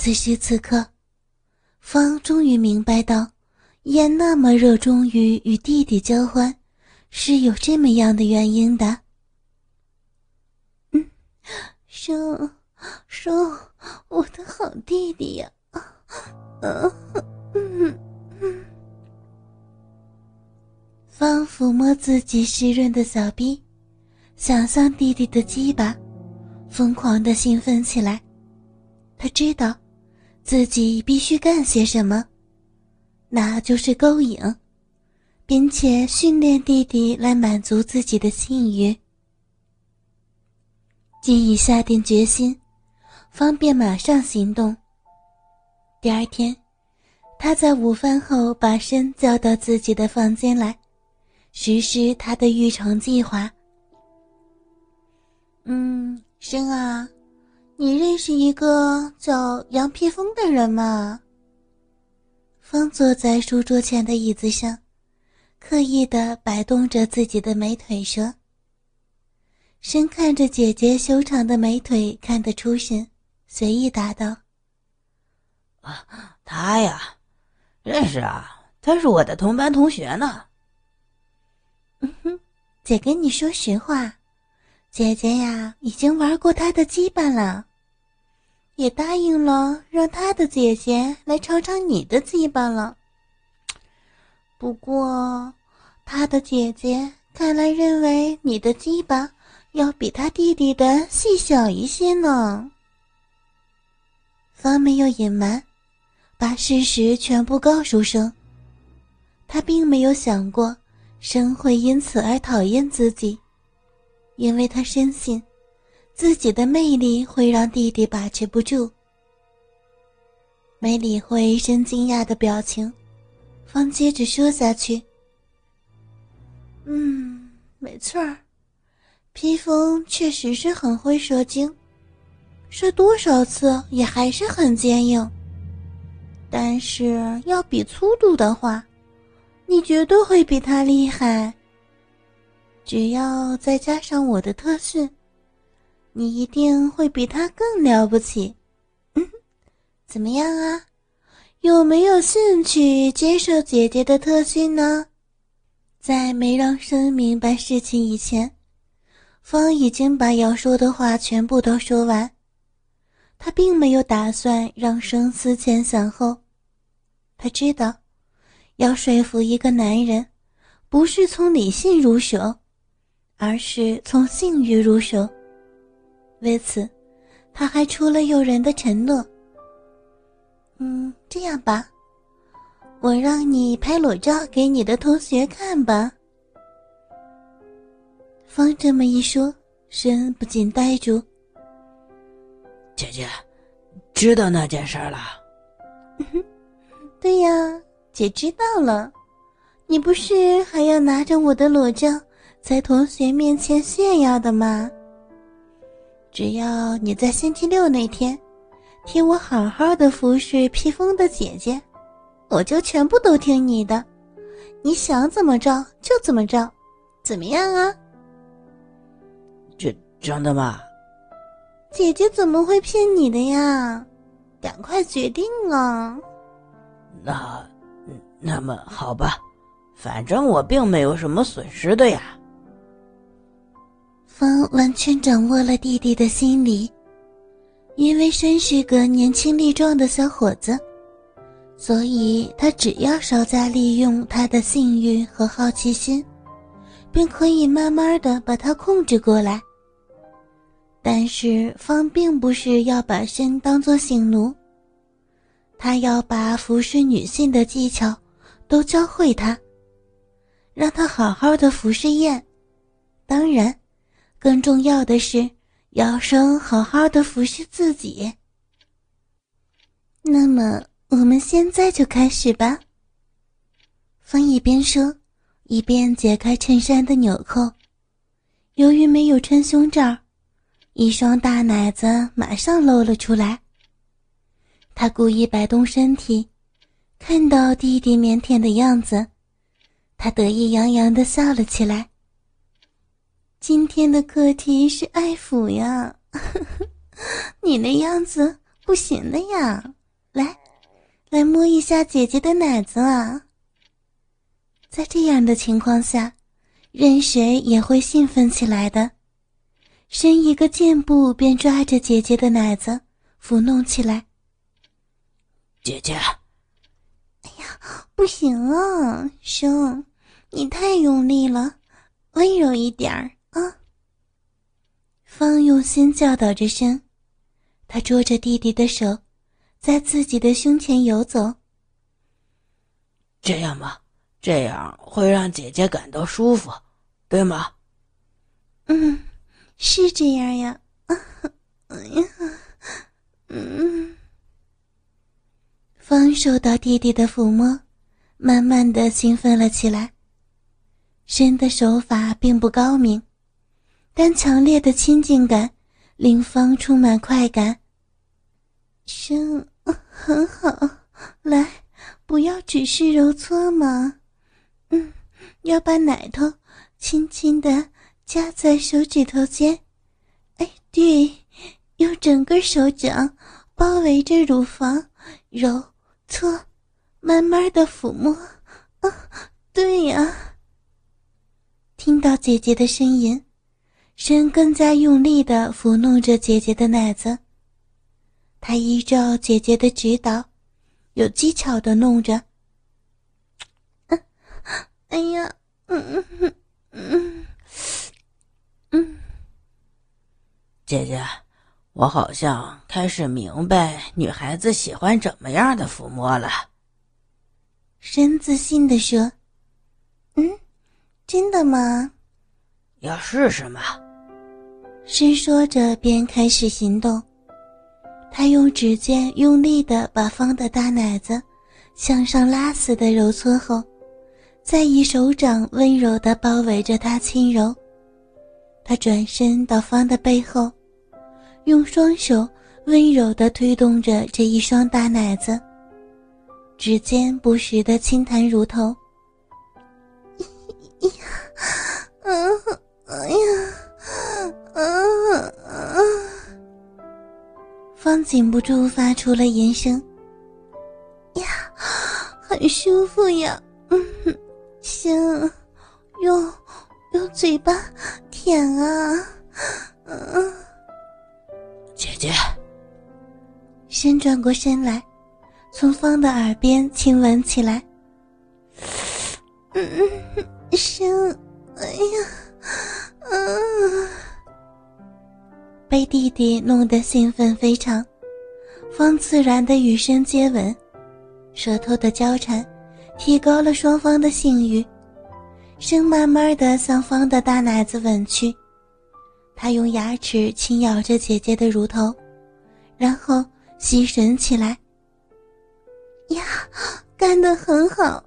此时此刻，方终于明白到，燕那么热衷于与弟弟交欢，是有这么样的原因的。收，我的好弟弟呀！方抚摸自己湿润的小臂，想象弟弟的鸡巴，疯狂地兴奋起来。他知道自己必须干些什么，那就是勾引，并且训练弟弟来满足自己的性欲。既已下定决心，方便马上行动。第二天，他在午饭后把参叫到自己的房间来，实施他的育成计划。参啊，你认识一个叫杨披风的人吗？方坐在书桌前的椅子上，刻意地摆动着自己的美腿说。参看着姐姐修长的美腿，看得出神，随意答道： 他呀，认识啊，他是我的同班同学呢。 姐跟你说实话，姐姐呀已经玩过他的鸡巴了，也答应了让他的姐姐来尝尝你的鸡巴了。不过他的姐姐看来认为你的鸡巴要比他弟弟的细小一些呢。方没有隐瞒，把事实全部告诉生。他并没有想过生会因此而讨厌自己，因为他深信自己的魅力会让弟弟把持不住。没理会生惊讶的表情，方接着说下去。没错儿，披风确实是很会射精，射多少次也还是很坚硬。但是要比粗度的话，你绝对会比他厉害。只要再加上我的特训，你一定会比他更了不起。怎么样啊？有没有兴趣接受姐姐的特训呢？在没让生明白事情以前，方已经把要说的话全部都说完。他并没有打算让生思前想后。他知道，要说服一个男人，不是从理性入手，而是从性欲入手。为此，他还出了诱人的承诺。这样吧，我让你拍裸照给你的同学看吧。方这么一说，申不禁呆住。 姐姐，知道那件事了？ 对呀，姐知道了。你不是还要拿着我的裸照在同学面前炫耀的吗？只要你在星期六那天替我好好的服侍披风的姐姐，我就全部都听你的，你想怎么着就怎么着，怎么样啊？ 真的吗？ 姐姐怎么会骗你的呀？赶快决定啊！ 那么好吧，反正我并没有什么损失的呀。 方完全掌握了弟弟的心理，因为申是个年轻力壮的小伙子，所以他只要稍加利用他的性欲和好奇心，便可以慢慢的把他控制过来。但是方并不是要把申当作性奴，他要把服侍女性的技巧都教会他，让他好好的服侍燕。当然，更重要的是要生好好的服侍自己。那么我们现在就开始吧。方一边说，一边解开衬衫的纽扣。由于没有穿胸罩，一双大奶子马上露了出来。他故意摆动身体，看到弟弟腼腆的样子，他得意洋洋地笑了起来。今天的课题是爱抚呀，你那样子不行的呀， 来摸一下姐姐的奶子啊。在这样的情况下，任谁也会兴奋起来的，伸一个箭步便抓着姐姐的奶子抚弄起来。 姐姐， 哎呀，不行啊，生，你太用力了，温柔一点儿啊。方用心教导着生，他捉着弟弟的手，在自己的胸前游走。 这样吗？这样会让姐姐感到舒服，对吗？ 是这样呀。方受到弟弟的抚摸，慢慢的兴奋了起来。生的手法并不高明，但强烈的亲近感令方充满快感。生，很好，来，不要只是揉搓嘛，要把奶头轻轻地夹在手指头间，哎，对，用整个手掌包围着乳房，揉搓，慢慢的抚摸。对呀。听到姐姐的声音，生更加用力地抚弄着姐姐的奶子。他依照姐姐的指导，有技巧地弄着。哎呀， 姐姐，我好像开始明白女孩子喜欢怎么样的抚摸了。 生自信地说。真的吗？ 要试试吗？ 生说着便开始行动。他用指尖用力地把方的大奶子向上拉丝的揉搓后，再以手掌温柔地包围着她轻揉。他转身到方的背后，用双手温柔地推动着这一双大奶子，指尖不时地轻弹乳头。方禁不住发出了吟声。呀，很舒服呀。行，用嘴巴舔啊。 姐姐。 伸转过身来，从方的耳边亲吻起来。生，哎呀，被弟弟弄得兴奋非常，方自然的与生接吻，舌头的交缠提高了双方的性欲。生慢慢的向方的大奶子吻去，他用牙齿轻咬着姐姐的乳头，然后吸吮起来。呀，干得很好。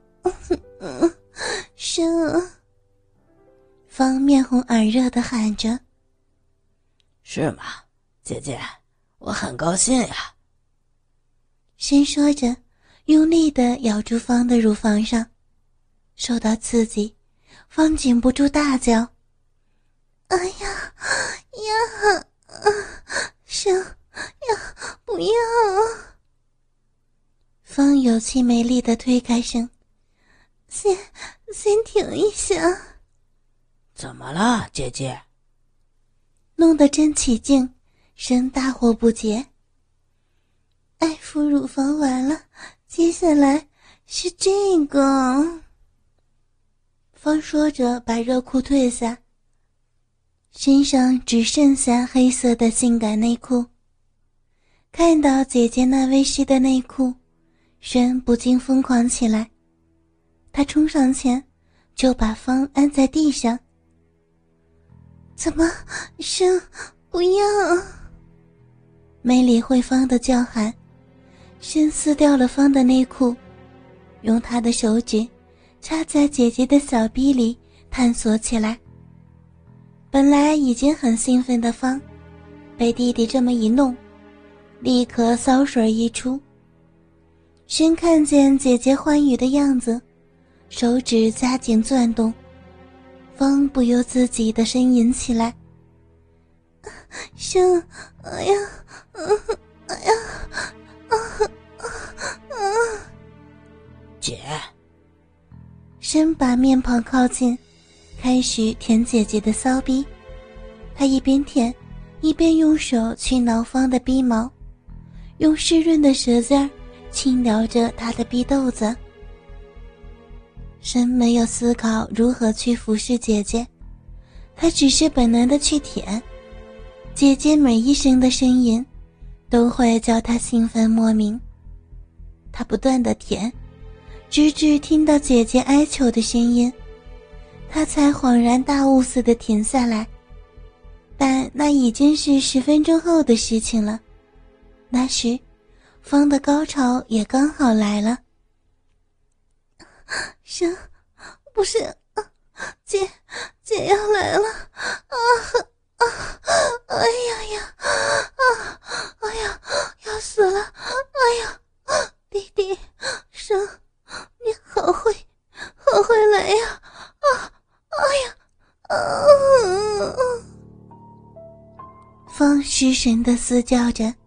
生，方面红耳热地喊着。 是吗，姐姐，我很高兴呀。 生说着，用力地咬住方的乳房上，受到刺激，方禁不住大叫：“哎呀呀！生呀，不要！”方有气没力地推开生，先停一下。 怎么了，姐姐？ 弄得真起劲，生大惑不解。爱抚乳房完了，接下来是这个。方说着把热裤褪下，身上只剩下黑色的性感内裤。看到姐姐那微湿的内裤，生不禁疯狂起来。他冲上前就把方按在地上。怎么，生，不要！没理会方的叫喊，生撕掉了方的内裤，用他的手指插在姐姐的小逼里探索起来。本来已经很兴奋的方，被弟弟这么一弄，立刻骚水一出。生看见姐姐欢愉的样子，手指加紧攥动，方不由自己的呻吟起来。生，哎呀，哎呀， 血。 生把面庞靠近，开始舔姐姐的骚逼。他一边舔，一边用手去挠方的逼毛，用湿润的舌尖轻撩着她的逼豆子。生没有思考如何去服侍姐姐，他只是本能的去舔。姐姐每一声的呻吟都会叫他兴奋莫名，他不断的舔，直至听到姐姐哀求的声音，他才恍然大悟似的停下来。但那已经是10分钟后的事情了。那时方的高潮也刚好来了。生，不是，姐要来了，哎呀，哎呀，要死了，哎呀，弟弟，生，你好会来呀，哎呀，方失神地嘶叫着，